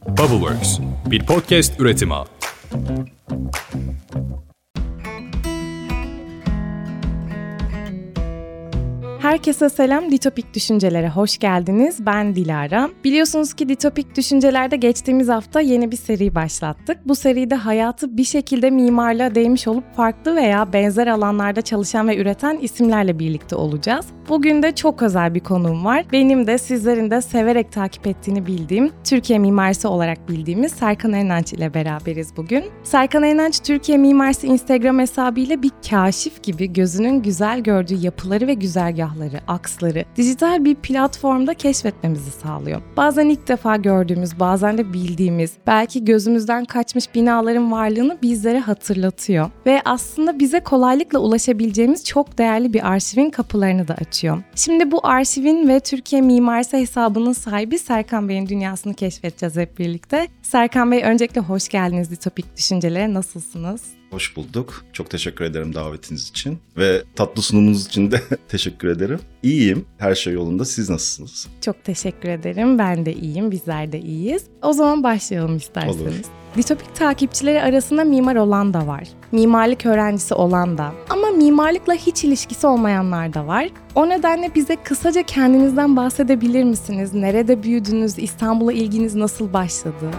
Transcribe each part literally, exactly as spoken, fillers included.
Bubbleworks, bir podcast üretimi. Herkese selam, Ditopik Düşüncelere hoş geldiniz. Ben Dilara. Biliyorsunuz ki Ditopik Düşünceler'de geçtiğimiz hafta yeni bir seri başlattık. Bu seride hayatı bir şekilde mimarlığa değmiş olup farklı veya benzer alanlarda çalışan ve üreten isimlerle birlikte olacağız. Bugün de çok özel bir konuğum var. Benim de sizlerin de severek takip ettiğini bildiğim, Türkiye mimarisi olarak bildiğimiz Serkan Eynanç ile beraberiz bugün. Serkan Eynanç, Türkiye mimarisi Instagram hesabıyla bir kaşif gibi gözünün güzel gördüğü yapıları ve güzergahları, aksları dijital bir platformda keşfetmemizi sağlıyor. Bazen ilk defa gördüğümüz, bazen de bildiğimiz, belki gözümüzden kaçmış binaların varlığını bizlere hatırlatıyor. Ve aslında bize kolaylıkla ulaşabileceğimiz çok değerli bir arşivin kapılarını da açıyor. Şimdi bu arşivin ve Türkiye mimarisi hesabının sahibi Serkan Bey'in dünyasını keşfedeceğiz hep birlikte. Serkan Bey, öncelikle hoş geldiniz Ditopik Düşüncelere. Nasılsınız? Hoş bulduk. Çok teşekkür ederim davetiniz için ve tatlı sunumunuz için de teşekkür ederim. İyiyim. Her şey yolunda. Siz nasılsınız? Çok teşekkür ederim. Ben de iyiyim. Bizler de iyiyiz. O zaman başlayalım isterseniz. Olur. Ditopik takipçileri arasında mimar olan da var. Mimarlık öğrencisi olan da. Ama mimarlıkla hiç ilişkisi olmayanlar da var. O nedenle bize kısaca kendinizden bahsedebilir misiniz? Nerede büyüdünüz? İstanbul'a ilginiz nasıl başladı?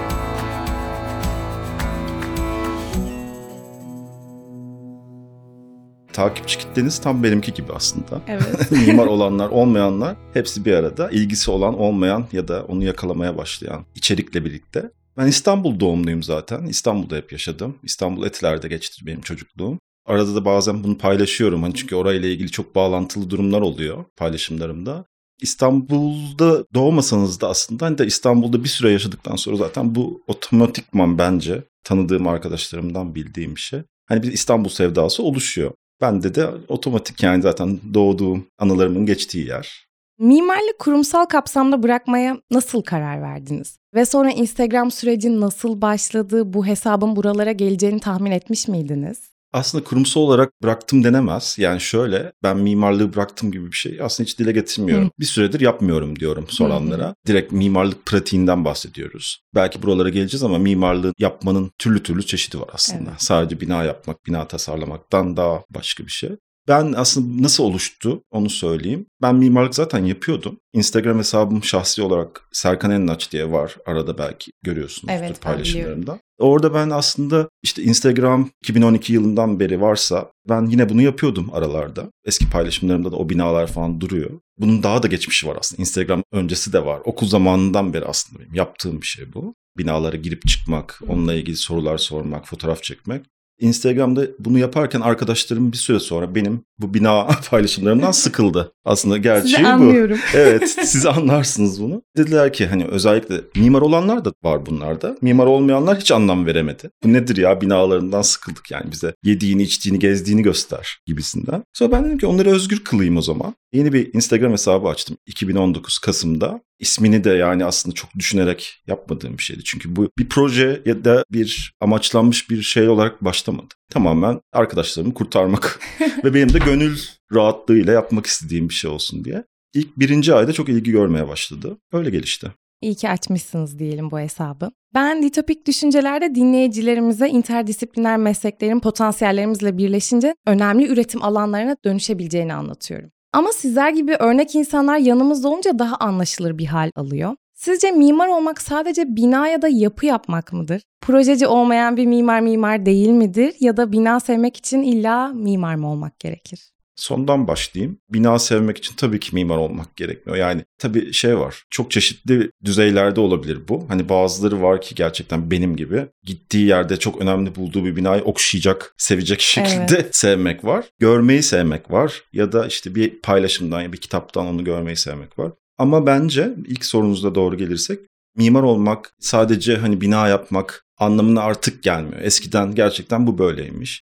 Takipçi kitleniz tam benimki gibi aslında. Evet. Mimar olanlar, olmayanlar hepsi bir arada. İlgisi olan, olmayan ya da onu yakalamaya başlayan içerikle birlikte. Ben İstanbul doğumluyum zaten. İstanbul'da hep yaşadım. İstanbul Etiler'de geçti benim çocukluğum. Arada da bazen bunu paylaşıyorum. Hani çünkü orayla ilgili çok bağlantılı durumlar oluyor paylaşımlarımda. İstanbul'da doğmasanız da aslında hani de İstanbul'da bir süre yaşadıktan sonra zaten bu otomatikman bence tanıdığım arkadaşlarımdan bildiğim bir şey. Hani bir İstanbul sevdası oluşuyor. Bende de otomatik, yani zaten doğduğum, anılarımın geçtiği yer. Mimarlık kurumsal kapsamda bırakmaya nasıl karar verdiniz? Ve sonra Instagram süreci nasıl başladı? Bu hesabın buralara geleceğini tahmin etmiş miydiniz? Aslında kurumsal olarak bıraktım denemez. Yani şöyle, ben mimarlığı bıraktım gibi bir şey aslında hiç dile getirmiyorum. Hı. Bir süredir yapmıyorum diyorum soranlara. Hı hı. Direkt mimarlık pratiğinden bahsediyoruz. Belki buralara geleceğiz ama mimarlığı yapmanın türlü türlü çeşidi var aslında. Evet. Sadece bina yapmak, bina tasarlamaktan daha başka bir şey. Ben aslında nasıl oluştu onu söyleyeyim. Ben mimarlık zaten yapıyordum. Instagram hesabım şahsi olarak Serkan Eynanç diye var. Arada belki görüyorsunuzdur, evet, paylaşımlarımda. Orada ben aslında işte Instagram iki bin on iki yılından beri varsa ben yine bunu yapıyordum aralarda. Eski paylaşımlarımda da o binalar falan duruyor. Bunun daha da geçmişi var aslında. Instagram öncesi de var. Okul zamanından beri aslında benim yaptığım bir şey bu. Binalara girip çıkmak, onunla ilgili sorular sormak, fotoğraf çekmek. Instagram'da bunu yaparken arkadaşlarım bir süre sonra benim bu bina paylaşımlarımdan sıkıldı. Aslında gerçeği Sizi bu. anlıyorum. Evet, siz anlarsınız bunu. Dediler ki hani özellikle mimar olanlar da var bunlarda. Mimar olmayanlar hiç anlam veremedi. Bu nedir ya, binalarından sıkıldık, yani bize yediğini, içtiğini, gezdiğini göster gibisinden. Sonra ben dedim ki onları özgür kılayım o zaman. Yeni bir Instagram hesabı açtım iki bin on dokuz Kasım'da. İsmini de yani aslında çok düşünerek yapmadığım bir şeydi. Çünkü bu bir proje ya da bir amaçlanmış bir şey olarak başlamadı. Tamamen arkadaşlarımı kurtarmak ve benim de gönül rahatlığıyla yapmak istediğim bir şey olsun diye. İlk birinci ayda çok ilgi görmeye başladı. Öyle gelişti. İyi ki açmışsınız diyelim bu hesabı. Ben Ditopik Düşünceler'de dinleyicilerimize interdisipliner mesleklerin potansiyellerimizle birleşince önemli üretim alanlarına dönüşebileceğini anlatıyorum. Ama sizler gibi örnek insanlar yanımızda olunca daha anlaşılır bir hal alıyor. Sizce mimar olmak sadece bina ya da yapı yapmak mıdır? Projeci olmayan bir mimar mimar değil midir? Ya da bina sevmek için illa mimar mı olmak gerekir? Sondan başlayayım. Bina sevmek için tabii ki mimar olmak gerekmiyor. Yani tabii şey var, çok çeşitli düzeylerde olabilir bu. Hani bazıları var ki gerçekten benim gibi gittiği yerde çok önemli bulduğu bir binayı okşayacak, sevecek şekilde evet. sevmek var. Görmeyi sevmek var ya da işte bir paylaşımdan ya bir kitaptan onu görmeyi sevmek var. Ama bence ilk sorunuzda doğru gelirsek mimar olmak sadece hani bina yapmak anlamına artık gelmiyor. Eskiden gerçekten bu böyleymiş.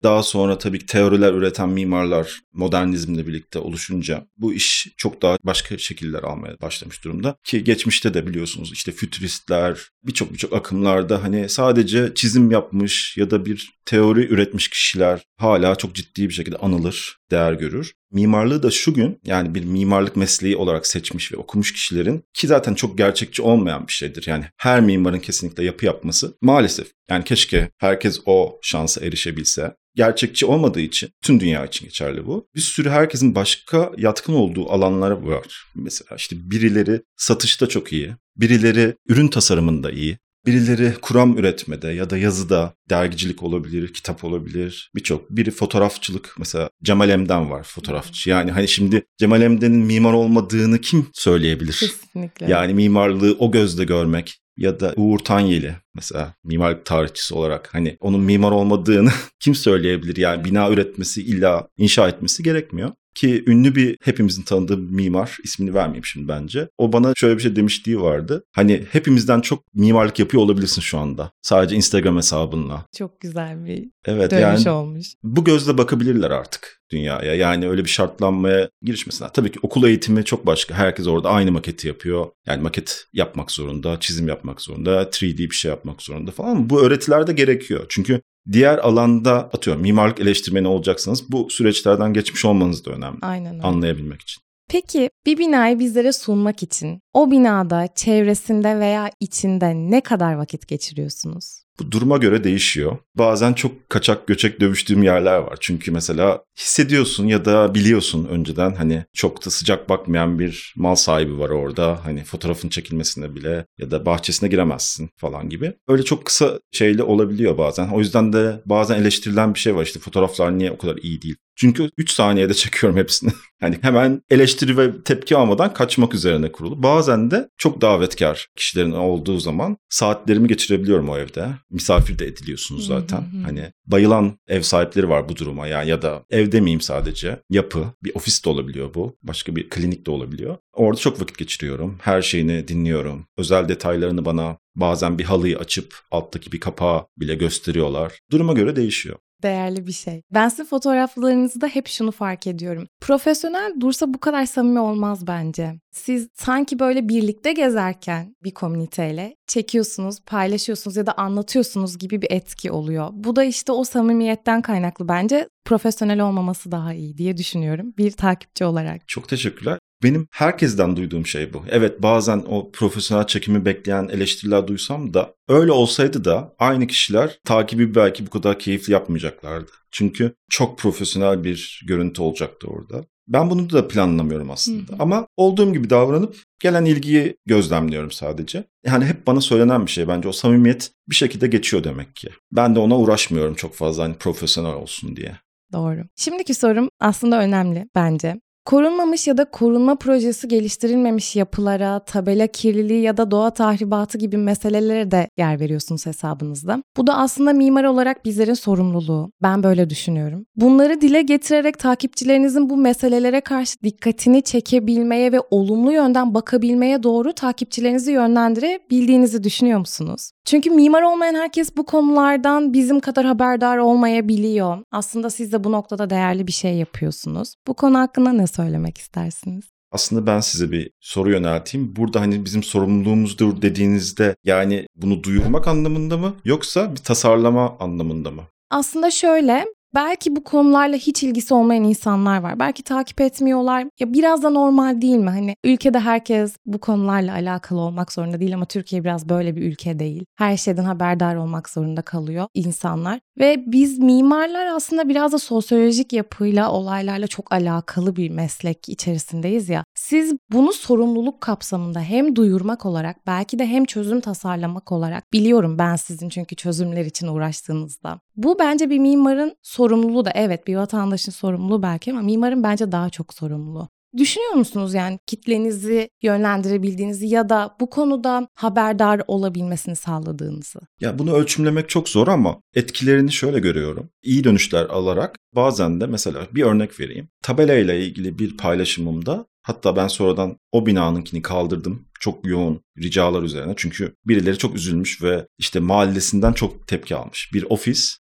Daha sonra tabii ki teoriler üreten mimarlar modernizmle birlikte oluşunca bu iş çok daha başka şekiller almaya başlamış durumda. Ki geçmişte de biliyorsunuz işte fütüristler birçok birçok akımlarda hani sadece çizim yapmış ya da bir teori üretmiş kişiler hala çok ciddi bir şekilde anılır, değer görür. Mimarlığı da şu gün yani bir mimarlık mesleği olarak seçmiş ve okumuş kişilerin ki zaten çok gerçekçi olmayan bir şeydir. Yani her mimarın kesinlikle yapı yapması maalesef. Yani keşke herkes o şansa erişebilse. Gerçekçi olmadığı için tüm dünya için geçerli bu. Bir sürü herkesin başka yatkın olduğu alanları var. Mesela işte birileri satışta çok iyi, birileri ürün tasarımında iyi, birileri kuram üretmede ya da yazıda, dergicilik olabilir, kitap olabilir, birçok. Biri fotoğrafçılık, mesela Cemal Emden var fotoğrafçı. Yani hani şimdi Cemal Emden'in mimar olmadığını kim söyleyebilir? Kesinlikle. Yani mimarlığı o gözle görmek. Ya da Uğur Tanyeli mesela mimarlık tarihçisi olarak hani onun mimar olmadığını kim söyleyebilir? Yani bina üretmesi illa inşa etmesi gerekmiyor. Ki ünlü bir hepimizin tanıdığı mimar, ismini vermeyeyim şimdi bence. O bana şöyle bir şey demişliği vardı. Hani hepimizden çok mimarlık yapıyor olabilirsin şu anda. Sadece Instagram hesabınla. Çok güzel bir evet, dönüş yani olmuş. Bu gözle bakabilirler artık dünyaya. Yani öyle bir şartlanmaya girişmesinler. Tabii ki okul eğitimi çok başka. Herkes orada aynı maketi yapıyor. Yani maket yapmak zorunda, çizim yapmak zorunda, üç D bir şey yapmak zorunda falan. Bu öğretiler de gerekiyor. Çünkü diğer alanda atıyorum mimarlık eleştirmeni olacaksanız bu süreçlerden geçmiş olmanız da önemli. Aynen öyle. Anlayabilmek için. Peki bir binayı bizlere sunmak için o binada, çevresinde veya içinde ne kadar vakit geçiriyorsunuz? Bu duruma göre değişiyor. Bazen çok kaçak göçek dövüştüğüm yerler var. Çünkü mesela hissediyorsun ya da biliyorsun önceden hani çok da sıcak bakmayan bir mal sahibi var orada. Hani fotoğrafın çekilmesine bile ya da bahçesine giremezsin falan gibi. Öyle çok kısa şeyle olabiliyor bazen. O yüzden de bazen eleştirilen bir şey var işte fotoğraflar niye o kadar iyi değil. Çünkü üç saniyede çekiyorum hepsini. Yani hemen eleştiri ve tepki almadan kaçmak üzerine kurulu. Bazen de çok davetkar kişilerin olduğu zaman saatlerimi geçirebiliyorum o evde. Misafir de ediliyorsunuz zaten. Hı hı hı. Hani bayılan ev sahipleri var bu duruma yani ya da ev demeyeyim sadece. Yapı, bir ofis de olabiliyor bu. Başka bir klinik de olabiliyor. Orada çok vakit geçiriyorum. Her şeyini dinliyorum. Özel detaylarını bana bazen bir halıyı açıp alttaki bir kapağı bile gösteriyorlar. Duruma göre değişiyor. Değerli bir şey. Ben sizin fotoğraflarınızda hep şunu fark ediyorum. Profesyonel dursa bu kadar samimi olmaz bence. Siz sanki böyle birlikte gezerken bir komüniteyle çekiyorsunuz, paylaşıyorsunuz ya da anlatıyorsunuz gibi bir etki oluyor. Bu da işte o samimiyetten kaynaklı bence. Profesyonel olmaması daha iyi diye düşünüyorum bir takipçi olarak. Çok teşekkürler. Benim herkesten duyduğum şey bu. Evet bazen o profesyonel çekimi bekleyen eleştiriler duysam da öyle olsaydı da aynı kişiler takibi belki bu kadar keyifli yapmayacaklardı. Çünkü çok profesyonel bir görüntü olacaktı orada. Ben bunu da planlamıyorum aslında. Hı hı. Ama olduğum gibi davranıp gelen ilgiyi gözlemliyorum sadece. Yani hep bana söylenen bir şey bence o samimiyet bir şekilde geçiyor demek ki. Ben de ona uğraşmıyorum çok fazla hani profesyonel olsun diye. Doğru. Şimdiki sorum aslında önemli bence. Korunmamış ya da korunma projesi geliştirilmemiş yapılara, tabela kirliliği ya da doğa tahribatı gibi meselelere de yer veriyorsunuz hesabınızda. Bu da aslında mimar olarak bizlerin sorumluluğu. Ben böyle düşünüyorum. Bunları dile getirerek takipçilerinizin bu meselelere karşı dikkatini çekebilmeye ve olumlu yönden bakabilmeye doğru takipçilerinizi yönlendirebildiğinizi düşünüyor musunuz? Çünkü mimar olmayan herkes bu konulardan bizim kadar haberdar olmayabiliyor. Aslında siz de bu noktada değerli bir şey yapıyorsunuz. Bu konu hakkında ne söylemek istersiniz? Aslında ben size bir soru yönelteyim. Burada hani bizim sorumluluğumuzdur dediğinizde yani bunu duyurmak anlamında mı yoksa bir tasarlama anlamında mı? Aslında şöyle, belki bu konularla hiç ilgisi olmayan insanlar var. Belki takip etmiyorlar. Ya biraz da normal değil mi? Hani ülkede herkes bu konularla alakalı olmak zorunda değil ama Türkiye biraz böyle bir ülke değil. Her şeyden haberdar olmak zorunda kalıyor insanlar. Ve biz mimarlar aslında biraz da sosyolojik yapıyla, olaylarla çok alakalı bir meslek içerisindeyiz ya. Siz bunu sorumluluk kapsamında hem duyurmak olarak belki de hem çözüm tasarlamak olarak biliyorum ben sizin çünkü çözümler için uğraştığınızda. Bu bence bir mimarın sorumluluğu da evet bir vatandaşın sorumluluğu belki ama mimarın bence daha çok sorumluluğu. Düşünüyor musunuz yani kitlenizi yönlendirebildiğinizi ya da bu konuda haberdar olabilmesini sağladığınızı? Ya bunu ölçümlemek çok zor ama etkilerini şöyle görüyorum. İyi dönüşler alarak bazen de mesela bir örnek vereyim. Tabelayla ilgili bir paylaşımımda hatta ben sonradan o binanınkini kaldırdım. Çok yoğun ricalar üzerine. Çünkü birileri çok üzülmüş ve işte mahallesinden çok tepki almış. Bir ofis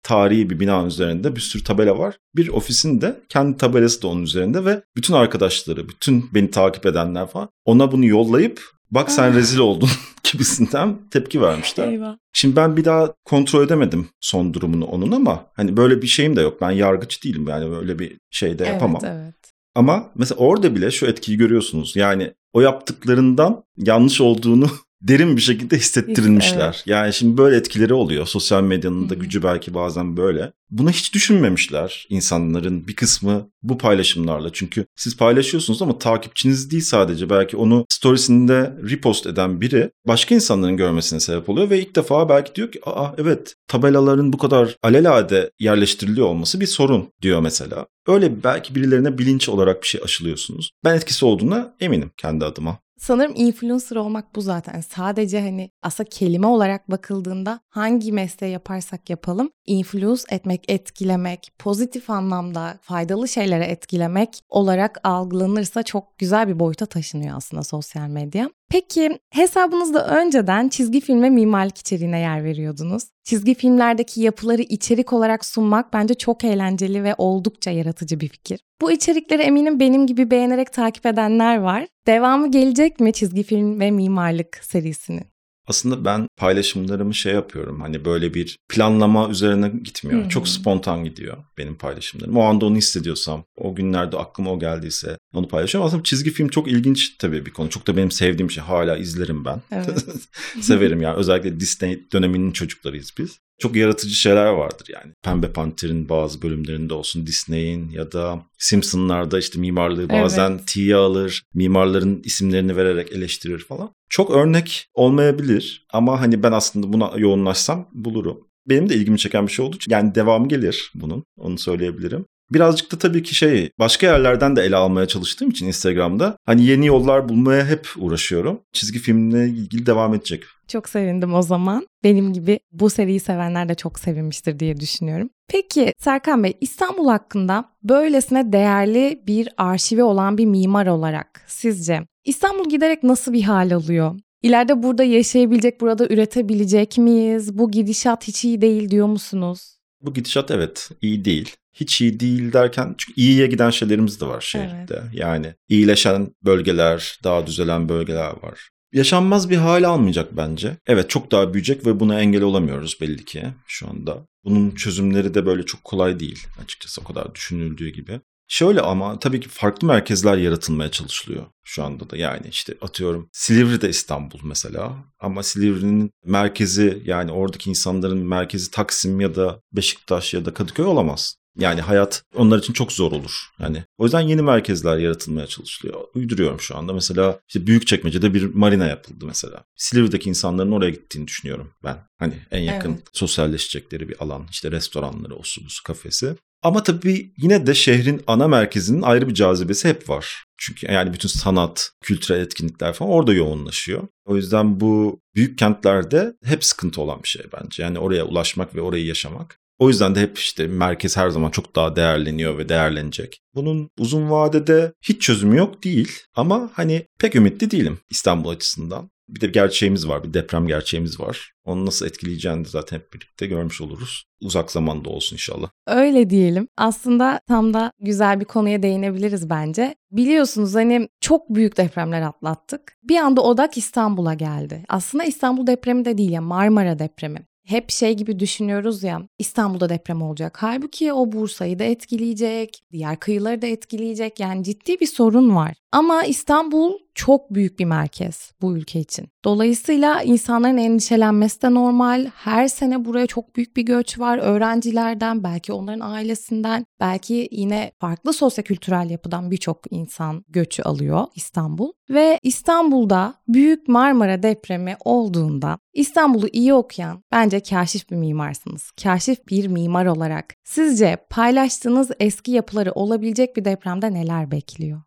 tarihi bir binanın üzerinde bir sürü tabela var. Bir ofisin de kendi tabelası da onun üzerinde ve bütün arkadaşları, bütün beni takip edenler falan ona bunu yollayıp bak sen rezil oldun gibisinden tepki vermişler. Eyvah. Şimdi ben bir daha kontrol edemedim son durumunu onun ama hani böyle bir şeyim de yok. Ben yargıç değilim yani böyle bir şey de yapamam. Evet, evet. Ama mesela orada bile şu etkiyi görüyorsunuz. Yani o yaptıklarından yanlış olduğunu derin bir şekilde hissettirilmişler. Evet. Yani şimdi böyle etkileri oluyor. Sosyal medyanın da gücü belki bazen böyle. Bunu hiç düşünmemişler insanların bir kısmı bu paylaşımlarla. Çünkü siz paylaşıyorsunuz ama takipçiniz değil sadece. Belki onu storiesinde repost eden biri başka insanların görmesine sebep oluyor. Ve ilk defa belki diyor ki aa evet tabelaların bu kadar alelade yerleştiriliyor olması bir sorun diyor mesela. Öyle belki birilerine bilinç olarak bir şey aşılıyorsunuz. Ben etkisi olduğuna eminim kendi adıma. Sanırım influencer olmak bu zaten. Sadece hani aslında kelime olarak bakıldığında hangi mesleği yaparsak yapalım influence etmek, etkilemek, pozitif anlamda faydalı şeylere etkilemek olarak algılanırsa çok güzel bir boyuta taşınıyor aslında sosyal medya. Peki hesabınızda önceden çizgi film ve mimarlık içeriğine yer veriyordunuz. Çizgi filmlerdeki yapıları içerik olarak sunmak bence çok eğlenceli ve oldukça yaratıcı bir fikir. Bu içerikleri eminim benim gibi beğenerek takip edenler var. Devamı gelecek mi çizgi film ve mimarlık serisinin? Aslında ben paylaşımlarımı şey yapıyorum hani böyle bir planlama üzerine gitmiyor. Hmm. Çok spontan gidiyor benim paylaşımlarım. O anda onu hissediyorsam, o günlerde aklıma o geldiyse onu paylaşıyorum. Aslında çizgi film çok ilginç tabii bir konu. Çok da benim sevdiğim şey. Hala izlerim ben. Evet. Severim yani. Özellikle Disney döneminin çocuklarıyız biz. Çok yaratıcı şeyler vardır yani. Pembe Panter'in bazı bölümlerinde olsun, Disney'in ya da Simpsonlar'da işte mimarlığı bazen evet. tiye alır, mimarların isimlerini vererek eleştirir falan. Çok örnek olmayabilir ama hani ben aslında buna yoğunlaşsam bulurum. Benim de ilgimi çeken bir şey olduğu için yani devamı gelir bunun, onu söyleyebilirim. Birazcık da tabii ki şey başka yerlerden de ele almaya çalıştığım için Instagram'da hani yeni yollar bulmaya hep uğraşıyorum. Çizgi filmle ilgili devam edecek. Çok sevindim o zaman. Benim gibi bu seriyi sevenler de çok sevinmiştir diye düşünüyorum. Peki Serkan Bey, İstanbul hakkında böylesine değerli bir arşivi olan bir mimar olarak sizce İstanbul giderek nasıl bir hal alıyor? İleride burada yaşayabilecek, burada üretebilecek miyiz? Bu gidişat hiç iyi değil diyor musunuz? Bu gidişat evet iyi değil. Hiç iyi değil derken çünkü iyiye giden şeylerimiz de var şehirde. Evet. Yani iyileşen bölgeler, daha düzelen bölgeler var. Yaşanmaz bir hale almayacak bence. Evet çok daha büyüyecek ve buna engel olamıyoruz belli ki şu anda. Bunun çözümleri de böyle çok kolay değil açıkçası o kadar düşünüldüğü gibi. Şöyle ama tabii ki farklı merkezler yaratılmaya çalışılıyor şu anda da. Yani işte atıyorum Silivri'de İstanbul mesela ama Silivri'nin merkezi yani oradaki insanların merkezi Taksim ya da Beşiktaş ya da Kadıköy olamaz. Yani hayat onlar için çok zor olur. Yani o yüzden yeni merkezler yaratılmaya çalışılıyor. Uyduruyorum şu anda. Mesela işte Büyükçekmece'de bir marina yapıldı mesela. Silivri'deki insanların oraya gittiğini düşünüyorum ben. Hani en yakın evet. sosyalleşecekleri bir alan. İşte restoranları, osu busu, kafesi. Ama tabii yine de şehrin ana merkezinin ayrı bir cazibesi hep var. Çünkü yani bütün sanat, kültürel etkinlikler falan orada yoğunlaşıyor. O yüzden bu büyük kentlerde hep sıkıntı olan bir şey bence. Yani oraya ulaşmak ve orayı yaşamak. O yüzden de hep işte merkez her zaman çok daha değerleniyor ve değerlenecek. Bunun uzun vadede hiç çözümü yok değil ama hani pek ümitli değilim İstanbul açısından. Bir de gerçeğimiz var, bir deprem gerçeğimiz var. Onu nasıl etkileyeceğini de zaten hep birlikte görmüş oluruz. Uzak zamanda olsun inşallah. Öyle diyelim. Aslında tam da güzel bir konuya değinebiliriz bence. Biliyorsunuz hani çok büyük depremler atlattık. Bir anda odak İstanbul'a geldi. Aslında İstanbul depremi de değil ya, Marmara depremi. Hep şey gibi düşünüyoruz ya, İstanbul'da deprem olacak. Halbuki o Bursa'yı da etkileyecek, diğer kıyıları da etkileyecek. Yani ciddi bir sorun var. Ama İstanbul çok büyük bir merkez bu ülke için. Dolayısıyla insanların endişelenmesi de normal. Her sene buraya çok büyük bir göç var. Öğrencilerden, belki onların ailesinden, belki yine farklı sosyokültürel yapıdan birçok insan göçü alıyor İstanbul. Ve İstanbul'da büyük Marmara depremi olduğunda İstanbul'u iyi okuyan bence kaşif bir mimarsınız. Kaşif bir mimar olarak sizce paylaştığınız eski yapıları olabilecek bir depremde neler bekliyor?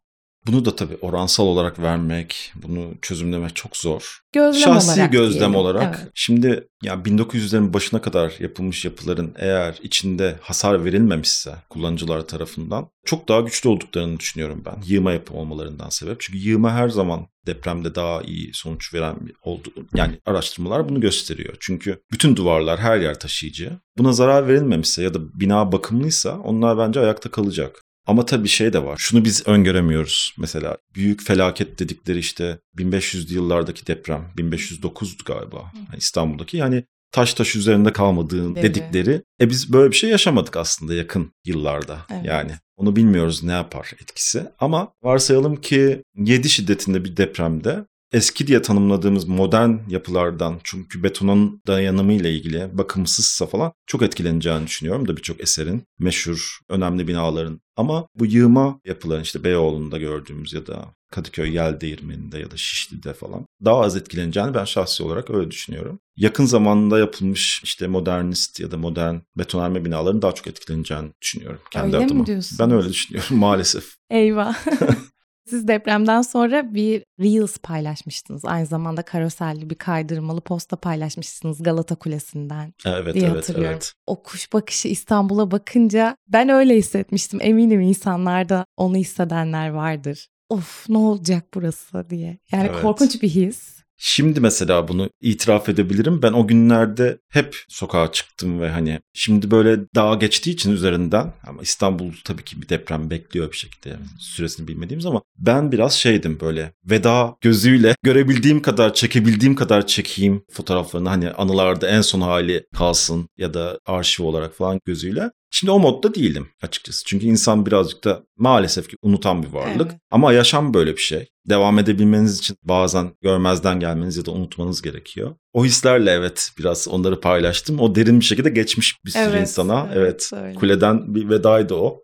Bunu da tabii oransal olarak vermek, bunu çözümlemek çok zor. Gözlem Şahsi olarak gözlem diyelim. olarak. Evet. Şimdi ya bin dokuz yüzlerin başına kadar yapılmış yapıların eğer içinde hasar verilmemişse kullanıcılar tarafından çok daha güçlü olduklarını düşünüyorum ben. Yığma yapı olmalarından sebep. Çünkü yığma her zaman depremde daha iyi sonuç veren bir oldu. Yani araştırmalar bunu gösteriyor. Çünkü bütün duvarlar her yer taşıyıcı. Buna zarar verilmemişse ya da bina bakımlıysa onlar bence ayakta kalacak. Ama tabii şey de var. Şunu biz öngöremiyoruz. Mesela büyük felaket dedikleri işte bin beş yüzlü yıllardaki deprem. bin beş yüz dokuzdu galiba yani İstanbul'daki. Yani taş taş üzerinde kalmadığın Deri. dedikleri. E biz böyle bir şey yaşamadık aslında yakın yıllarda. Evet. Yani onu bilmiyoruz ne yapar etkisi. Ama varsayalım ki yedi şiddetinde bir depremde eski diye tanımladığımız modern yapılardan, çünkü betonun dayanımıyla ilgili bakımsızsa falan çok etkileneceğini düşünüyorum da birçok eserin, meşhur, önemli binaların. Ama bu yığma yapıların işte Beyoğlu'nda gördüğümüz ya da Kadıköy Yeldeğirmeni'nde ya da Şişli'de falan daha az etkileneceğini ben şahsi olarak öyle düşünüyorum. Yakın zamanda yapılmış işte modernist ya da modern betonarme binaların daha çok etkileneceğini düşünüyorum kendi Öyle adıma. mi diyorsun? Ben öyle düşünüyorum maalesef. Eyvah. Siz depremden sonra bir Reels paylaşmıştınız. Aynı zamanda karoselli bir kaydırmalı posta paylaşmışsınız Galata Kulesi'nden Evet, diye evet, hatırlıyorum. evet. O kuş bakışı İstanbul'a bakınca ben öyle hissetmiştim. Eminim insanlarda onu hissedenler vardır. Of, ne olacak burası diye. Yani Evet. korkunç bir his. Şimdi mesela bunu itiraf edebilirim. Ben o günlerde hep sokağa çıktım ve hani şimdi böyle daha geçtiği için üzerinden, ama İstanbul tabii ki bir deprem bekliyor bir şekilde, yani süresini bilmediğimiz, ama ben biraz şeydim, böyle veda gözüyle görebildiğim kadar, çekebildiğim kadar çekeyim fotoğraflarını, hani anılarda en son hali kalsın ya da arşiv olarak falan gözüyle. Şimdi o modda değilim açıkçası. Çünkü insan birazcık da maalesef ki unutan bir varlık. Evet. Ama yaşam böyle bir şey. Devam edebilmeniz için bazen görmezden gelmeniz ya da unutmanız gerekiyor. O hislerle evet biraz onları paylaştım. O derin bir şekilde geçmiş bir sürü Evet, insana. evet, Evet, öyle. kuleden bir vedaydı o.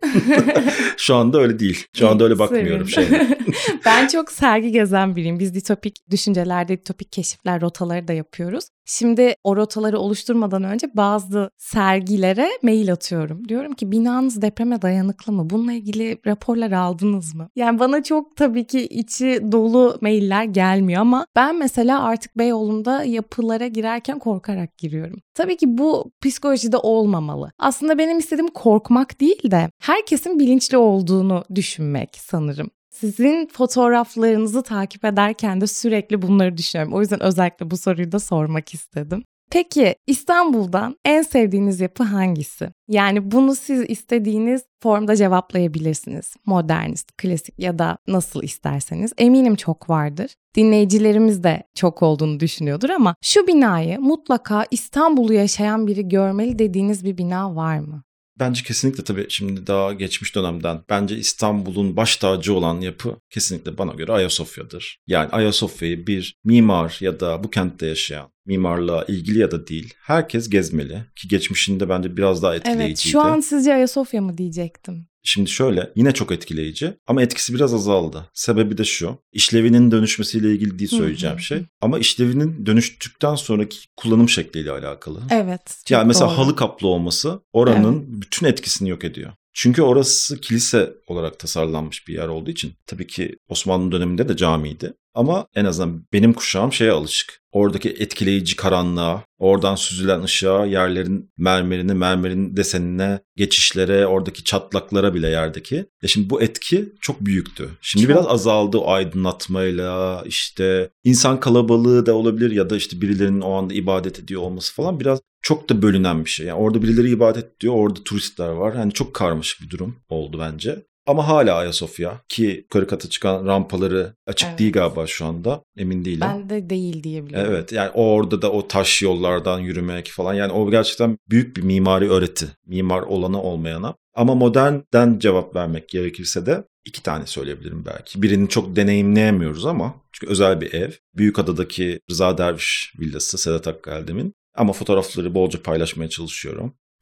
Şu anda öyle değil. Şu anda öyle bakmıyorum şeyine. Ben çok sergi gezen biriyim. Biz ditopik düşüncelerde ditopik keşifler rotaları da yapıyoruz. Şimdi o rotaları oluşturmadan önce bazı sergilere mail atıyorum. Diyorum ki binanız depreme dayanıklı mı? Bununla ilgili raporlar aldınız mı? Yani bana çok tabii ki içi dolu mailler gelmiyor ama ben mesela artık Beyoğlu'nda yapılara girerken korkarak giriyorum. Tabii ki bu psikolojide olmamalı. Aslında benim istediğim korkmak değil de herkesin bilinçli olduğunu düşünmek sanırım. Sizin fotoğraflarınızı takip ederken de sürekli bunları düşünüyorum. O yüzden özellikle bu soruyu da sormak istedim. Peki İstanbul'dan en sevdiğiniz yapı hangisi? Yani bunu siz istediğiniz formda cevaplayabilirsiniz. Modernist, klasik ya da nasıl isterseniz. Eminim çok vardır. Dinleyicilerimiz de çok olduğunu düşünüyordur ama şu binayı mutlaka İstanbul'u yaşayan biri görmeli dediğiniz bir bina var mı? Bence kesinlikle, tabii şimdi daha geçmiş dönemden, bence İstanbul'un baş tacı olan yapı kesinlikle bana göre Ayasofya'dır. Yani Ayasofya'yı bir mimar ya da bu kentte yaşayan, mimarlığa ilgili ya da değil, herkes gezmeli. Ki geçmişinde bence biraz daha etkileyiciydi. Evet, şu an sizce Ayasofya mı diyecektim? Şimdi şöyle, yine çok etkileyici ama etkisi biraz azaldı. Sebebi de şu, işlevinin dönüşmesiyle ilgili değil söyleyeceğim şey. Ama işlevinin dönüştükten sonraki kullanım şekliyle alakalı. Evet. Yani mesela doğru. halı kaplı olması oranın evet. bütün etkisini yok ediyor. Çünkü orası kilise olarak tasarlanmış bir yer olduğu için, tabii ki Osmanlı döneminde de camiydi. Ama en azından benim kuşağım şeye alışık. Oradaki etkileyici karanlığa, oradan süzülen ışığa, yerlerin mermerini, mermerin desenine, geçişlere, oradaki çatlaklara bile yerdeki. Ya şimdi bu etki çok büyüktü. Şimdi çok. Biraz azaldı o aydınlatmayla, işte insan kalabalığı da olabilir ya da işte birilerinin o anda ibadet ediyor olması falan biraz çok da bölünen bir şey. Yani orada birileri ibadet ediyor, orada turistler var. Yani çok karmaşık bir durum oldu bence. Ama hala Ayasofya, ki yukarı kata çıkan rampaları açık evet. değil galiba şu anda. Emin değilim. Ben de değil diyebilirim. Evet, yani orada da o taş yollardan yürümek falan. Yani o gerçekten büyük bir mimari öğreti. Mimar olana olmayana. Ama modernden cevap vermek gerekirse de iki tane söyleyebilirim belki. Birini çok deneyimleyemiyoruz ama çünkü özel bir ev. Büyükada'daki Rıza Derviş villası, Sedat Hakkı Eldem'in. Ama fotoğrafları bolca paylaşmaya çalışıyorum.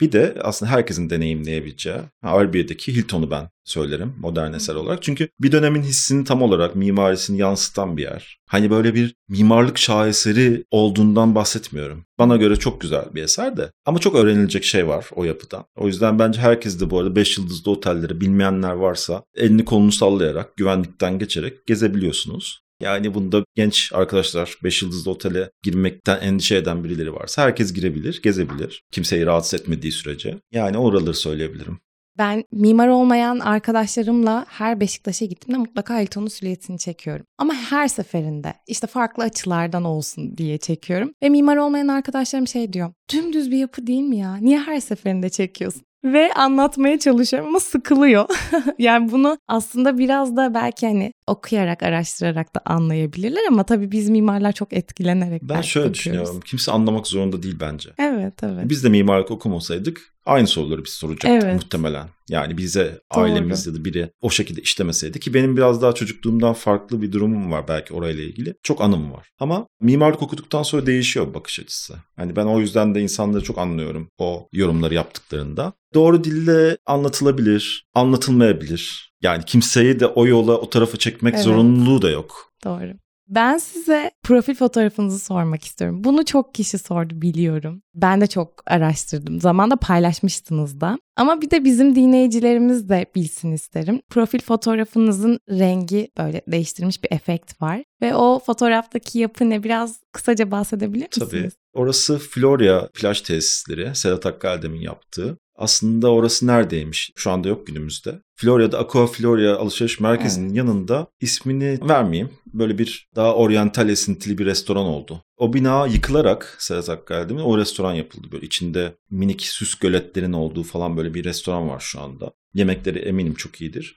Bir de aslında herkesin deneyimleyebileceği Harbiye'deki Hilton'u ben söylerim modern eser olarak. Çünkü bir dönemin hissini tam olarak mimarisini yansıtan bir yer. Hani böyle bir mimarlık şaheseri olduğundan bahsetmiyorum. Bana göre çok güzel bir eser de. Ama çok öğrenilecek şey var o yapıdan. O yüzden bence herkes de bu arada beş yıldızlı otelleri bilmeyenler varsa elini kolunu sallayarak, güvenlikten geçerek gezebiliyorsunuz. Yani bunda genç arkadaşlar beş yıldızlı otele girmekten endişe eden birileri varsa herkes girebilir, gezebilir. Kimseyi rahatsız etmediği sürece. Yani oraları söyleyebilirim. Ben mimar olmayan arkadaşlarımla her Beşiktaş'a gittiğimde mutlaka Hilton'un silüetini çekiyorum. Ama her seferinde işte farklı açılardan olsun diye çekiyorum. Ve mimar olmayan arkadaşlarım şey diyor. Dümdüz bir yapı değil mi ya? Niye her seferinde çekiyorsun? Ve anlatmaya çalışıyorum ama sıkılıyor. Yani bunu aslında biraz da belki hani okuyarak, araştırarak da anlayabilirler ama tabii biz mimarlar çok etkilenerek ben şöyle bakıyoruz. Düşünüyorum. Kimse anlamak zorunda değil bence. Evet, evet. Biz de mimarlık okumasaydık aynı soruları biz soracaktık evet. muhtemelen. Yani bize Doğru. ailemiz ya da biri o şekilde işlemeseydi ki benim biraz daha çocukluğumdan farklı bir durumum var belki orayla ilgili. Çok anım var. Ama mimarlık okuduktan sonra değişiyor bakış açısı. Hani ben o yüzden de insanları çok anlıyorum o yorumları yaptıklarında. Doğru dille anlatılabilir, anlatılmayabilir. Yani kimseyi de o yola, o tarafa çekmek evet. zorunluluğu da yok. Doğru. Ben size profil fotoğrafınızı sormak istiyorum. Bunu çok kişi sordu biliyorum. Ben de çok araştırdım. Zamanında paylaşmıştınız da. Ama bir de bizim dinleyicilerimiz de bilsin isterim. Profil fotoğrafınızın rengi böyle değiştirilmiş bir efekt var. Ve o fotoğraftaki yapı ne? Biraz kısaca bahsedebilir misiniz? Tabii. Orası Florya plaj tesisleri. Sedat Hakkaldem'in yaptığı. Aslında orası neredeymiş? Şu anda yok günümüzde. Florya'da Aqua Florya alışveriş merkezinin evet. yanında, ismini vermeyeyim. Böyle bir daha oryantal esintili bir restoran oldu. O bina yıkılarak Sedat Hakkaldem'in o restoran yapıldı. Böyle içinde minik süs göletlerin olduğu falan böyle bir restoran var şu anda. Yemekleri eminim çok iyidir.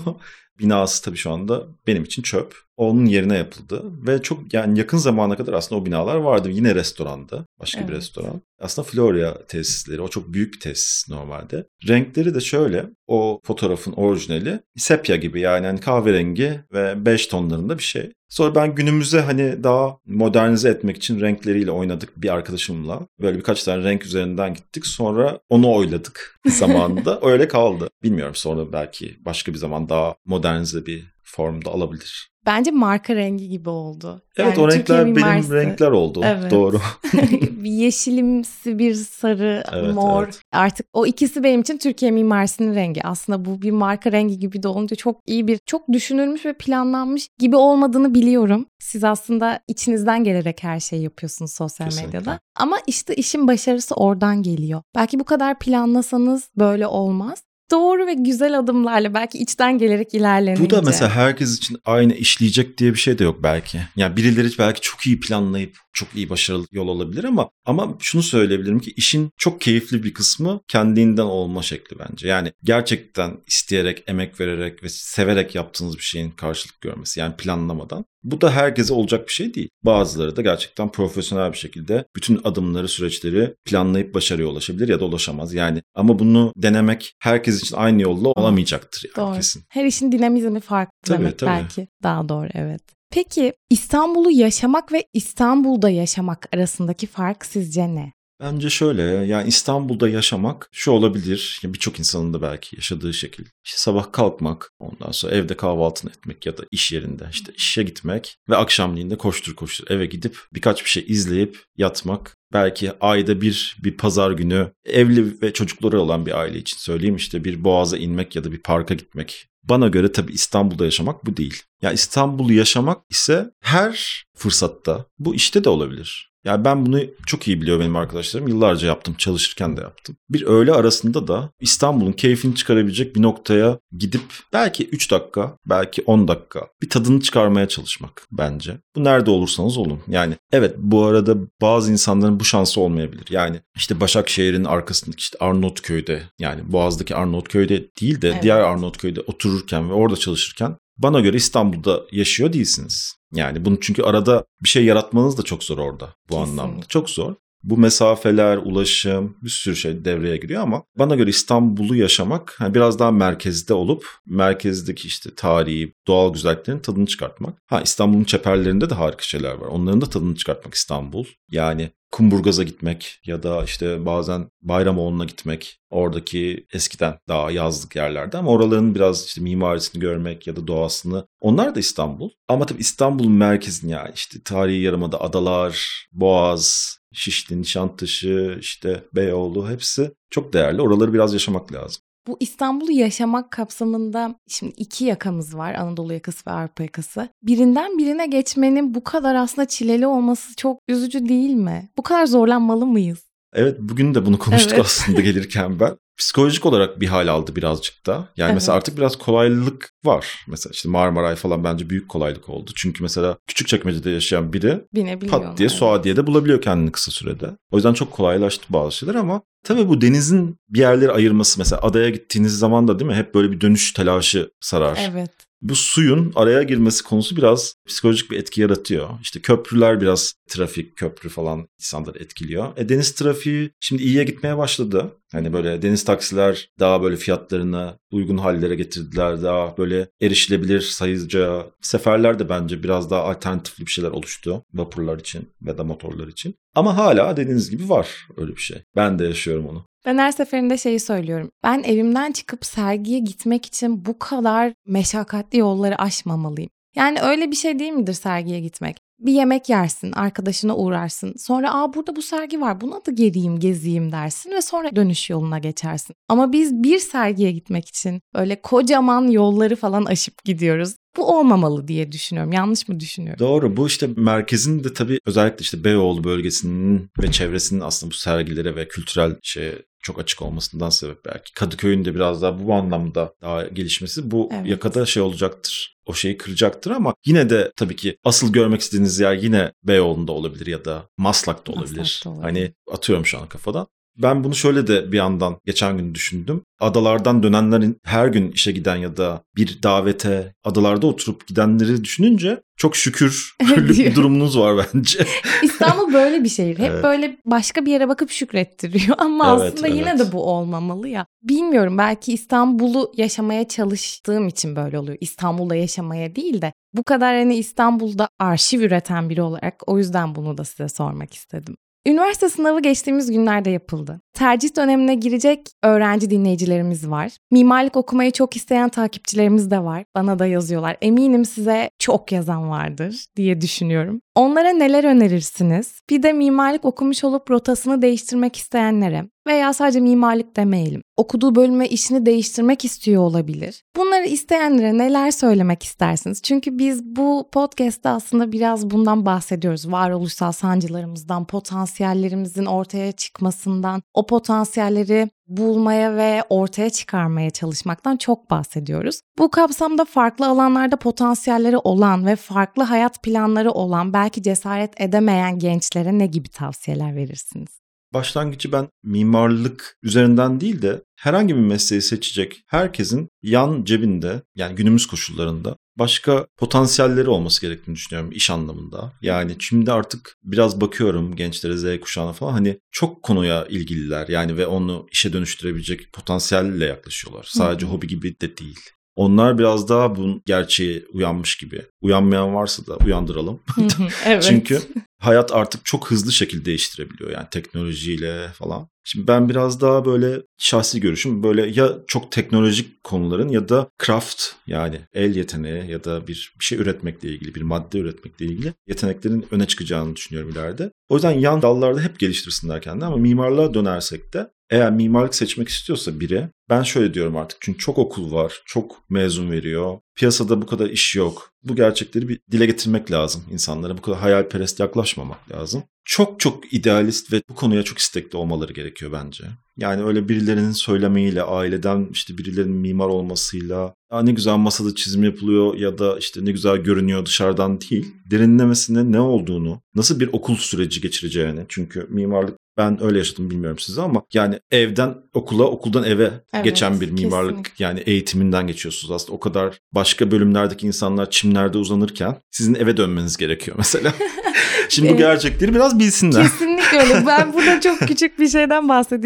Binası tabii şu anda benim için çöp. Onun yerine yapıldı ve çok yani yakın zamana kadar aslında o binalar vardı. Yine restoranda, başka evet. bir restoran. Aslında Florya tesisleri, o çok büyük bir tesis normalde. Renkleri de şöyle, o fotoğrafın orijinali sepya gibi yani hani kahverengi ve beş tonlarında bir şey. Sonra ben günümüze hani daha modernize etmek için renkleriyle oynadık bir arkadaşımla. Böyle birkaç tane renk üzerinden gittik. Sonra onu oyladık zamanında. Öyle kaldı. Bilmiyorum, sonra belki başka bir zaman daha modernize bir formda alabilir. Bence marka rengi gibi oldu. Evet, yani o renkler benim mimarisi. Renkler oldu. Evet. Doğru. Bir yeşilimsi, bir sarı, evet, mor. Evet. Artık o ikisi benim için Türkiye mimarisinin rengi. Aslında bu bir marka rengi gibi de olunca çok iyi bir, çok düşünülmüş ve planlanmış gibi olmadığını biliyorum. Siz aslında içinizden gelerek her şeyi yapıyorsunuz sosyal Kesinlikle. medyada. Ama işte işin başarısı oradan geliyor. Belki bu kadar planlasanız böyle olmaz. Doğru ve güzel adımlarla belki içten gelerek ilerlenince. Bu da mesela herkes için aynı işleyecek diye bir şey de yok belki. Yani birileri belki çok iyi planlayıp çok iyi başarılı yol olabilir ama ama şunu söyleyebilirim ki işin çok keyifli bir kısmı kendiliğinden olma şekli bence. Yani gerçekten isteyerek, emek vererek ve severek yaptığınız bir şeyin karşılık görmesi. Yani planlamadan. Bu da herkese olacak bir şey değil. Bazıları da gerçekten profesyonel bir şekilde bütün adımları, süreçleri planlayıp başarıya ulaşabilir ya da ulaşamaz. Yani ama bunu denemek herkes için aynı yolla olamayacaktır yani doğru. Kesin. Her işin dinamizmi farklı tabii, demek tabii. belki. Daha doğru, evet. Peki İstanbul'u yaşamak ve İstanbul'da yaşamak arasındaki fark sizce ne? Bence şöyle, yani İstanbul'da yaşamak şu olabilir, birçok insanın da belki yaşadığı şekil. İşte sabah kalkmak, ondan sonra evde kahvaltını etmek ya da iş yerinde işte işe gitmek ve akşamleyin de koştur koştur eve gidip birkaç bir şey izleyip yatmak. Belki ayda bir bir pazar günü evli ve çocukları olan bir aile için söyleyeyim işte bir boğaza inmek ya da bir parka gitmek. Bana göre tabii İstanbul'da yaşamak bu değil. Ya İstanbul'u yaşamak ise her fırsatta, bu işte de olabilir. Yani ben bunu çok iyi biliyor benim arkadaşlarım. Yıllarca yaptım, çalışırken de yaptım. Bir öğle arasında da İstanbul'un keyfini çıkarabilecek bir noktaya gidip belki üç dakika, belki on dakika bir tadını çıkarmaya çalışmak bence. Bu nerede olursanız olun. Yani evet, bu arada bazı insanların bu şansı olmayabilir. Yani işte Başakşehir'in arkasındaki işte Arnavutköy'de, yani Boğaz'daki Arnavutköy'de değil de evet. diğer Arnavutköy'de otururken ve orada çalışırken bana göre İstanbul'da yaşıyor değilsiniz. Yani bunu çünkü arada bir şey yaratmanız da çok zor orada bu Kesinlikle. anlamda. Çok zor. Bu mesafeler, ulaşım, bir sürü şey devreye giriyor ama bana göre İstanbul'u yaşamak yani biraz daha merkezde olup merkezdeki işte tarihi, doğal güzelliklerin tadını çıkartmak. Ha, İstanbul'un çeperlerinde de harika şeyler var. Onların da tadını çıkartmak İstanbul. Yani Kumburgaz'a gitmek ya da işte bazen Bayramoğlu'na gitmek. Oradaki eskiden daha yazlık yerlerde ama oraların biraz işte mimarisini görmek ya da doğasını. Onlar da İstanbul. Ama tabii İstanbul'un merkezini yani işte tarihi yarımada adalar, Boğaz, Şişli, Nişantaşı, işte Beyoğlu hepsi çok değerli. Oraları biraz yaşamak lazım. Bu İstanbul'u yaşamak kapsamında şimdi iki yakamız var, Anadolu yakası ve Avrupa yakası. Birinden birine geçmenin bu kadar aslında çileli olması çok üzücü değil mi? Bu kadar zorlanmalı mıyız? Evet, bugün de bunu konuştuk evet. aslında gelirken ben. Psikolojik olarak bir hal aldı birazcık da. Yani evet. mesela artık biraz kolaylık var. Mesela işte Marmaray falan bence büyük kolaylık oldu. Çünkü mesela Küçükçekmece'de yaşayan biri pat diye evet. Suadiye'de bulabiliyor kendini kısa sürede. O yüzden çok kolaylaştı bazı şeyler ama tabii bu denizin bir yerleri ayırması, mesela adaya gittiğiniz zaman da değil mi hep böyle bir dönüş telaşı sarar. Evet. Bu suyun araya girmesi konusu biraz psikolojik bir etki yaratıyor. İşte köprüler biraz trafik, köprü falan insanları etkiliyor. E deniz trafiği şimdi iyiye gitmeye başladı. Hani böyle deniz taksiler daha böyle fiyatlarını uygun hallere getirdiler. Daha böyle erişilebilir sayıca. Seferler de bence biraz daha alternatifli bir şeyler oluştu vapurlar için ya da motorlar için. Ama hala dediğiniz gibi var öyle bir şey. Ben de yaşıyorum onu. Ben her seferinde şeyi söylüyorum. Ben evimden çıkıp sergiye gitmek için bu kadar meşakkatli yolları aşmamalıyım. Yani öyle bir şey değil midir sergiye gitmek? Bir yemek yersin, arkadaşına uğrarsın. Sonra aa burada bu sergi var, buna da geleyim, gezeyim dersin ve sonra dönüş yoluna geçersin. Ama biz bir sergiye gitmek için öyle kocaman yolları falan aşıp gidiyoruz. Bu olmamalı diye düşünüyorum. Yanlış mı düşünüyorum? Doğru. Bu işte merkezin de tabii özellikle işte Beyoğlu bölgesinin ve çevresinin aslında bu sergilere ve kültürel şeye çok açık olmasından sebep belki. Kadıköy'ün de biraz daha bu anlamda daha gelişmesi bu evet. yakada şey olacaktır. O şeyi kıracaktır ama yine de tabii ki asıl görmek istediğiniz yer yine Beyoğlu'nda olabilir ya da Maslak'ta olabilir. Maslak'ta olabilir. Hani atıyorum şu an kafadan. Ben bunu şöyle de bir yandan geçen gün düşündüm. Adalardan dönenlerin her gün işe giden ya da bir davete adalarda oturup gidenleri düşününce çok şükür bir durumunuz var bence. İstanbul böyle bir şehir. Hep evet. böyle başka bir yere bakıp şükrettiriyor ama evet, aslında evet. yine de bu olmamalı ya. Bilmiyorum, belki İstanbul'u yaşamaya çalıştığım için böyle oluyor. İstanbul'da yaşamaya değil de bu kadar hani İstanbul'da arşiv üreten biri olarak o yüzden bunu da size sormak istedim. Üniversite sınavı geçtiğimiz günlerde yapıldı. Tercih dönemine girecek öğrenci dinleyicilerimiz var. Mimarlık okumayı çok isteyen takipçilerimiz de var. Bana da yazıyorlar. Eminim size çok yazan vardır diye düşünüyorum. Onlara neler önerirsiniz? Bir de mimarlık okumuş olup rotasını değiştirmek isteyenlere veya sadece mimarlık demeyelim, okuduğu bölüme işini değiştirmek istiyor olabilir. Bunları isteyenlere neler söylemek istersiniz? Çünkü biz bu podcast'te aslında biraz bundan bahsediyoruz. Varoluşsal sancılarımızdan, potansiyellerimizin ortaya çıkmasından, o potansiyelleri bulmaya ve ortaya çıkarmaya çalışmaktan çok bahsediyoruz. Bu kapsamda farklı alanlarda potansiyelleri olan ve farklı hayat planları olan, belki cesaret edemeyen gençlere ne gibi tavsiyeler verirsiniz? Başlangıcı ben mimarlık üzerinden değil de herhangi bir mesleği seçecek herkesin yan cebinde, yani günümüz koşullarında başka potansiyelleri olması gerektiğini düşünüyorum iş anlamında. Yani şimdi artık biraz bakıyorum gençlere, Z kuşağına falan, hani çok konuya ilgililer yani ve onu işe dönüştürebilecek potansiyelle yaklaşıyorlar. Sadece hobi gibi de değil. Onlar biraz daha bunun gerçeğe uyanmış gibi. Uyanmayan varsa da uyandıralım. Evet. Çünkü hayat artık çok hızlı şekilde değiştirebiliyor yani teknolojiyle falan. Şimdi ben biraz daha böyle şahsi görüşüm böyle ya çok teknolojik konuların ya da craft, yani el yeteneği ya da bir, bir şey üretmekle ilgili, bir madde üretmekle ilgili yeteneklerin öne çıkacağını düşünüyorum ileride. O yüzden yan dallarda hep geliştirsinler kendini, ama mimarlığa dönersek de eğer mimarlık seçmek istiyorsa biri, ben şöyle diyorum artık, çünkü çok okul var, çok mezun veriyor, piyasada bu kadar iş yok. Bu gerçekleri bir dile getirmek lazım insanlara, bu kadar hayalperest yaklaşmamak lazım. Çok çok idealist ve bu konuya çok istekli olmaları gerekiyor bence. Yani öyle birilerinin söylemiyle, aileden işte birilerinin mimar olmasıyla, ya ne güzel masada çizim yapılıyor ya da işte ne güzel görünüyor dışarıdan değil, derinlemesine ne olduğunu, nasıl bir okul süreci geçireceğini. Çünkü mimarlık, ben öyle yaşadım, bilmiyorum size, ama yani evden okula, okuldan eve evet, geçen bir mimarlık kesinlikle. Yani eğitiminden geçiyorsunuz aslında. O kadar başka bölümlerdeki insanlar çimlerde uzanırken sizin eve dönmeniz gerekiyor mesela. Şimdi bu gerçekleri biraz bilsinler. Kesinlikle öyle. Ben burada çok küçük bir şeyden bahsedeceğim.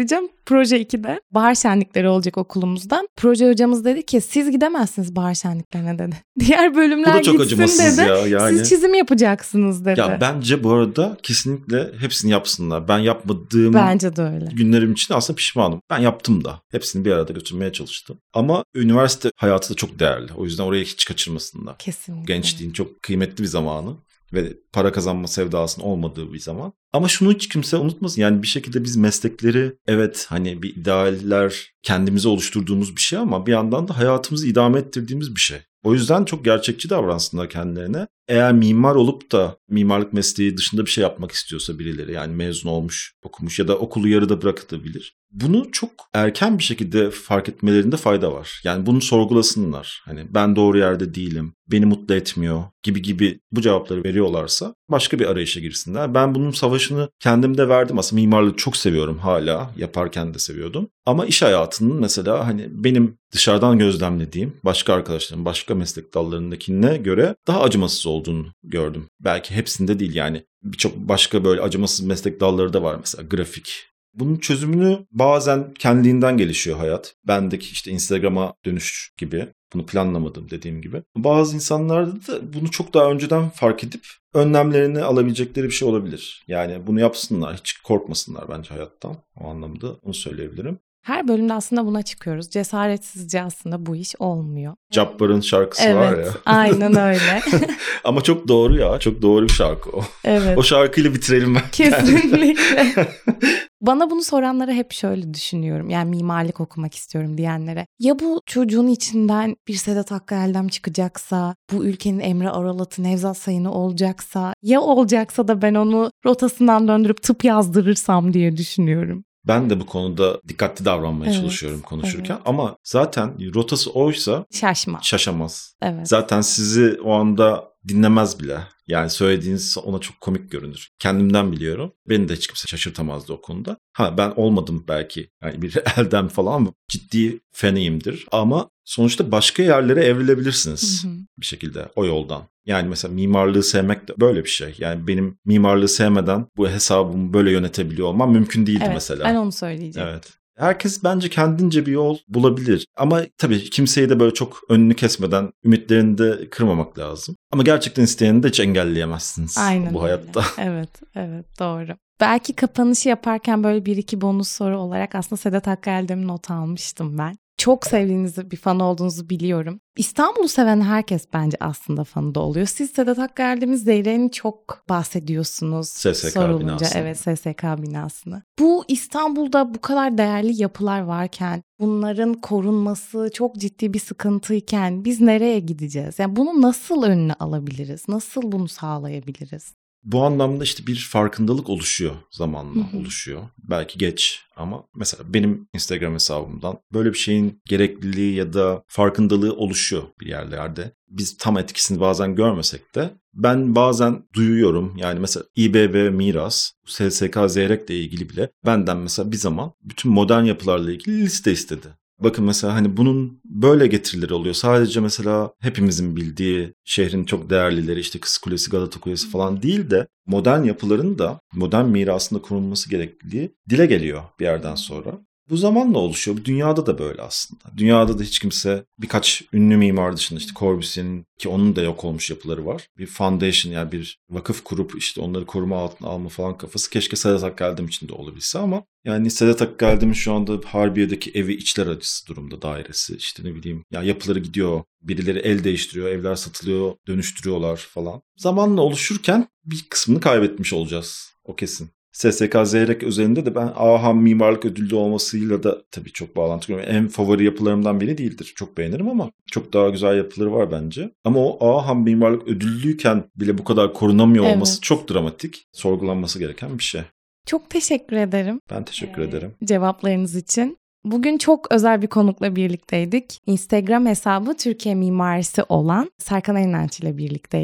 Proje ikide bahar şenlikleri olacak okulumuzdan. Proje hocamız dedi ki siz gidemezsiniz bahar şenliklerine dedi. Diğer bölümler gitsin dedi. Bu da çok acımasız dedi. Ya yani. Siz çizim yapacaksınız dedi. Ya bence bu arada kesinlikle hepsini yapsınlar. Ben yapmadığım bence de öyle. Günlerim için aslında pişmanım. Ben yaptım da. Hepsini bir arada götürmeye çalıştım. Ama üniversite hayatı da çok değerli. O yüzden oraya hiç kaçırmasınlar. Kesinlikle. Gençliğin çok kıymetli bir zamanı ve para kazanma sevdasının olmadığı bir zaman. Ama şunu hiç kimse unutmasın. Yani bir şekilde biz meslekleri, evet hani bir idealler kendimize oluşturduğumuz bir şey ama bir yandan da hayatımızı idame ettirdiğimiz bir şey. O yüzden çok gerçekçi davransınlar kendilerine. Eğer mimar olup da mimarlık mesleği dışında bir şey yapmak istiyorsa birileri, yani mezun olmuş, okumuş ya da okulu yarıda bırakabilir. Bunu çok erken bir şekilde fark etmelerinde fayda var. Yani bunu sorgulasınlar. Hani ben doğru yerde değilim, beni mutlu etmiyor gibi gibi bu cevapları veriyorlarsa başka bir arayışa girsinler. Ben bunun savaşını kendimde verdim. Aslında mimarlığı çok seviyorum hala. Yaparken de seviyordum. Ama iş hayatının mesela hani benim dışarıdan gözlemlediğim başka arkadaşlarım, başka meslek dallarındakine göre daha acımasız olduğunu gördüm. Belki hepsinde değil yani. Birçok başka böyle acımasız meslek dalları da var mesela grafik. Bunun çözümünü bazen kendiliğinden gelişiyor hayat. Bendeki işte Instagram'a dönüş gibi. Bunu planlamadım dediğim gibi. Bazı insanlarda da bunu çok daha önceden fark edip önlemlerini alabilecekleri bir şey olabilir. Yani bunu yapsınlar, hiç korkmasınlar bence hayattan. O anlamda onu söyleyebilirim. Her bölümde aslında buna çıkıyoruz. Cesaretsizce aslında bu iş olmuyor. Cabbar'ın şarkısı evet, var ya. Evet, aynen öyle. Ama çok doğru ya. Çok doğru bir şarkı o. Evet. O şarkıyla bitirelim ben. Kesinlikle. Bana bunu soranlara hep şöyle düşünüyorum. Yani mimarlık okumak istiyorum diyenlere. Ya bu çocuğun içinden bir Sedat Hakkı Erdem çıkacaksa, bu ülkenin Emre Aralat'ı, Nevzat Sayın'ı olacaksa, ya olacaksa da ben onu rotasından döndürüp tıp yazdırırsam diye düşünüyorum. Ben de bu konuda dikkatli davranmaya evet, çalışıyorum konuşurken. Evet. Ama zaten rotası oysa Şaşma. şaşamaz. Evet. Zaten sizi o anda dinlemez bile. Yani söylediğiniz ona çok komik görünür. Kendimden biliyorum. Beni de hiç kimse şaşırtamazdı o konuda. Ha ben olmadım belki. Yani bir elden falan ama ciddi feniyimdir. Ama sonuçta başka yerlere evrilebilirsiniz. Hı hı. Bir şekilde o yoldan. Yani mesela mimarlığı sevmek de böyle bir şey. Yani benim mimarlığı sevmeden bu hesabımı böyle yönetebiliyor olmam mümkün değildi evet, mesela. Ben onu söyleyeceğim. Evet. Herkes bence kendince bir yol bulabilir. Ama tabii kimseyi de böyle çok önünü kesmeden ümitlerini de kırmamak lazım. Ama gerçekten isteyeni de hiç engelleyemezsiniz. Aynen bu hayatta. Öyle. Evet, evet doğru. Belki kapanışı yaparken böyle bir iki bonus soru olarak aslında Sedat Hakkı Erdem'i not almıştım ben. Çok sevdiğinizi, bir fan olduğunuzu biliyorum. İstanbul'u seven herkes bence aslında fanı da oluyor. Siz Sedat Hakkı Erdem'in Zeyre'ni çok bahsediyorsunuz. S S K sorulunca. binasını. Evet, S S K binasını. Bu İstanbul'da bu kadar değerli yapılar varken, bunların korunması çok ciddi bir sıkıntıyken biz nereye gideceğiz? Yani bunu nasıl önüne alabiliriz? Nasıl bunu sağlayabiliriz? Bu anlamda işte bir farkındalık oluşuyor zamanla hı hı. oluşuyor. Belki geç ama mesela benim Instagram hesabımdan böyle bir şeyin gerekliliği ya da farkındalığı oluşuyor bir yerlerde. Biz tam etkisini bazen görmesek de ben bazen duyuyorum. Yani mesela İBB Miras, S S K Zeyrek'le ilgili bile benden mesela bir zaman bütün modern yapılarla ilgili liste istedi. Bakın mesela hani bunun böyle getirileri oluyor. Sadece mesela hepimizin bildiği şehrin çok değerlileri işte Kız Kulesi, Galata Kulesi falan değil de modern yapıların da modern mirasında korunması gerekliliği dile geliyor bir yerden sonra. Bu zamanla oluşuyor. Dünyada da böyle aslında. Dünyada da hiç kimse birkaç ünlü mimar dışında işte Corbusier'in ki onun da yok olmuş yapıları var. Bir foundation yani bir vakıf kurup işte onları koruma altına alma falan kafası keşke Sedat Hakkı Erdem için de olabilse ama yani Sedat Hakkı Erdem'in şu anda Harbiye'deki evi içler acısı durumda dairesi işte ne bileyim ya yapıları gidiyor birileri el değiştiriyor evler satılıyor dönüştürüyorlar falan. Zamanla oluşurken bir kısmını kaybetmiş olacağız o kesin. S S K Zeyrek özelinde de ben AHAM mimarlık ödüllü olmasıyla da tabii çok bağlantı kuruyorum. En favori yapılarımdan biri değildir. Çok beğenirim ama çok daha güzel yapıları var bence. Ama o AHAM mimarlık ödüllüyken bile bu kadar korunamıyor evet. olması çok dramatik. Sorgulanması gereken bir şey. Çok teşekkür ederim. Ben teşekkür ee, ederim. Cevaplarınız için. Bugün çok özel bir konukla birlikteydik. Instagram hesabı Türkiye Mimarisi olan Serkan Elinenç ile birlikteydik.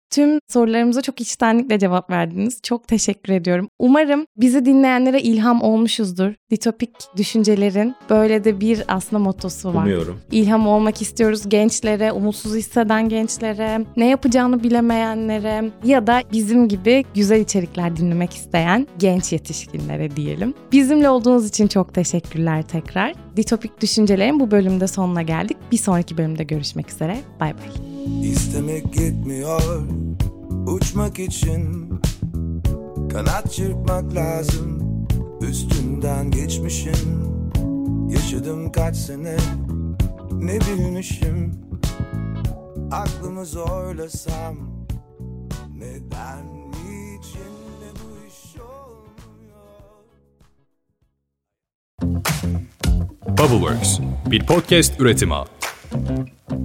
Tüm sorularımıza çok içtenlikle cevap verdiniz. Çok teşekkür ediyorum. Umarım bizi dinleyenlere ilham olmuşuzdur. Ditopik düşüncelerin böyle de bir aslında mottosu var. Umuyorum. İlham olmak istiyoruz gençlere, umutsuz hisseden gençlere, ne yapacağını bilemeyenlere ya da bizim gibi güzel içerikler dinlemek isteyen genç yetişkinlere diyelim. Bizimle olduğunuz için çok teşekkürler tekrar. Ditopik Düşünceler'in bu bölümde sonuna geldik. Bir sonraki bölümde görüşmek üzere. Bay bay. İstemek yetmiyor uçmak için, kanat çırpmak lazım üstünden geçmişin. Yaşadım kaç sene, ne bilmişim, aklımı zorlasam neden, niçin, ne bu iş olmuyor. Bubbleworks bir podcast üretimi.